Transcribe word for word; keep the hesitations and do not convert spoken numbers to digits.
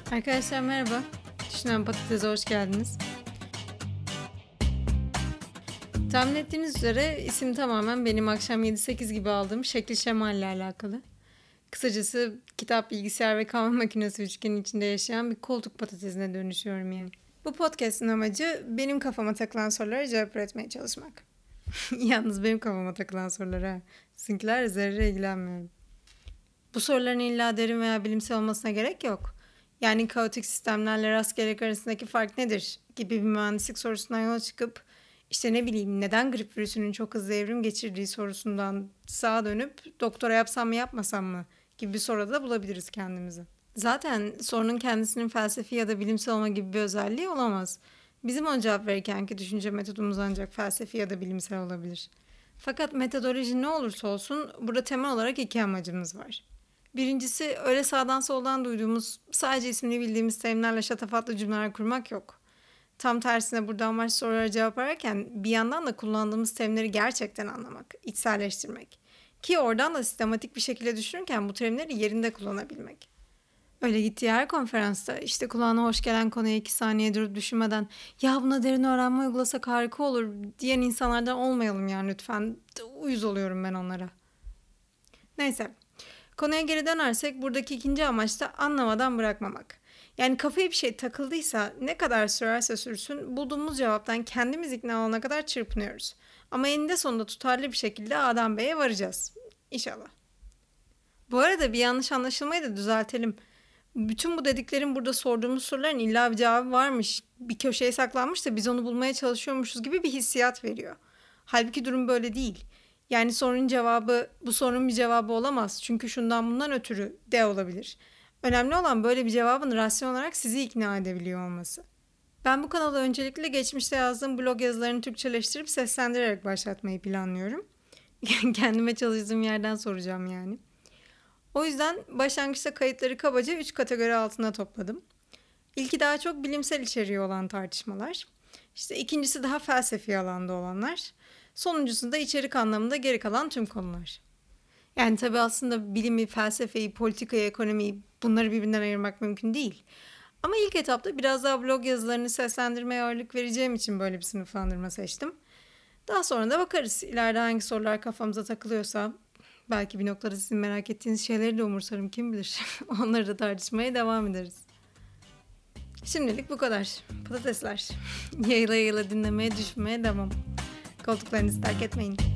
Arkadaşlar merhaba. Düşünen Patates'e hoş geldiniz. Tahmin ettiğiniz üzere isim tamamen benim akşam yedi sekiz gibi aldığım şekli şemalle alakalı. Kısacası kitap, bilgisayar ve kahve makinesi üçgenin içinde yaşayan bir koltuk patatesine dönüşüyorum yani. Bu podcast'ın amacı benim kafama takılan sorulara cevap üretmeye çalışmak. Yalnız benim kafama takılan sorulara. Sizinkilerle zerre ilgilenmiyorum. Bu soruların illa derin veya bilimsel olmasına gerek yok. Yani kaotik sistemlerle rastgele arasındaki fark nedir gibi bir mühendislik sorusundan yola çıkıp işte ne bileyim neden grip virüsünün çok hızlı evrim geçirdiği sorusundan sağa dönüp doktora yapsam mı yapmasam mı gibi bir soruda da bulabiliriz kendimizi. Zaten sorunun kendisinin felsefi ya da bilimsel olma gibi bir özelliği olamaz. Bizim ona cevap verirkenki düşünce metodumuz ancak felsefi ya da bilimsel olabilir. Fakat metodoloji ne olursa olsun burada temel olarak iki amacımız var. Birincisi öyle sağdan soldan duyduğumuz sadece ismini bildiğimiz terimlerle şatafatlı cümleler kurmak yok. Tam tersine burada amaç sorulara cevap ararken bir yandan da kullandığımız terimleri gerçekten anlamak, içselleştirmek. Ki oradan da sistematik bir şekilde düşünürken bu terimleri yerinde kullanabilmek. Öyle gittiği her konferansta işte kulağına hoş gelen konuya iki saniye durup düşünmeden ya buna derin öğrenme uygulasak harika olur diyen insanlardan olmayalım yani lütfen. Uyuz oluyorum ben onlara. Neyse. Konuya geri dönersek buradaki ikinci amaç da anlamadan bırakmamak. Yani kafaya bir şey takıldıysa ne kadar sürerse sürsün bulduğumuz cevaptan kendimiz ikna olana kadar çırpınıyoruz. Ama eninde sonunda tutarlı bir şekilde Adem Bey'e varacağız. İnşallah. Bu arada bir yanlış anlaşılmayı da düzeltelim. Bütün bu dediklerim burada sorduğumuz soruların illa bir cevabı varmış, bir köşeye saklanmış da biz onu bulmaya çalışıyormuşuz gibi bir hissiyat veriyor. Halbuki durum böyle değil. Yani sorunun cevabı bu sorunun bir cevabı olamaz. Çünkü şundan bundan ötürü de olabilir. Önemli olan böyle bir cevabın rasyonel olarak sizi ikna edebiliyor olması. Ben bu kanala öncelikle geçmişte yazdığım blog yazılarını Türkçeleştirip seslendirerek başlatmayı planlıyorum. Kendime çalıştığım yerden soracağım yani. O yüzden başlangıçta kayıtları kabaca üç kategori altına topladım. İlki daha çok bilimsel içeriği olan tartışmalar. İşte ikincisi daha felsefi alanda olanlar. Sonuncusu da içerik anlamında geri kalan tüm konular. Yani tabii aslında bilimi, felsefeyi, politikayı, ekonomiyi bunları birbirinden ayırmak mümkün değil. Ama ilk etapta biraz daha blog yazılarını seslendirmeye ağırlık vereceğim için böyle bir sınıflandırma seçtim. Daha sonra da bakarız. İleride hangi sorular kafamıza takılıyorsa belki bir noktada sizin merak ettiğiniz şeyleri de umursarım kim bilir. Onları da tartışmaya devam ederiz. Şimdilik bu kadar. Patatesler. Yayıla yayıla dinlemeye, düşünmeye devam. Koltuklarınızı terk etmeyin.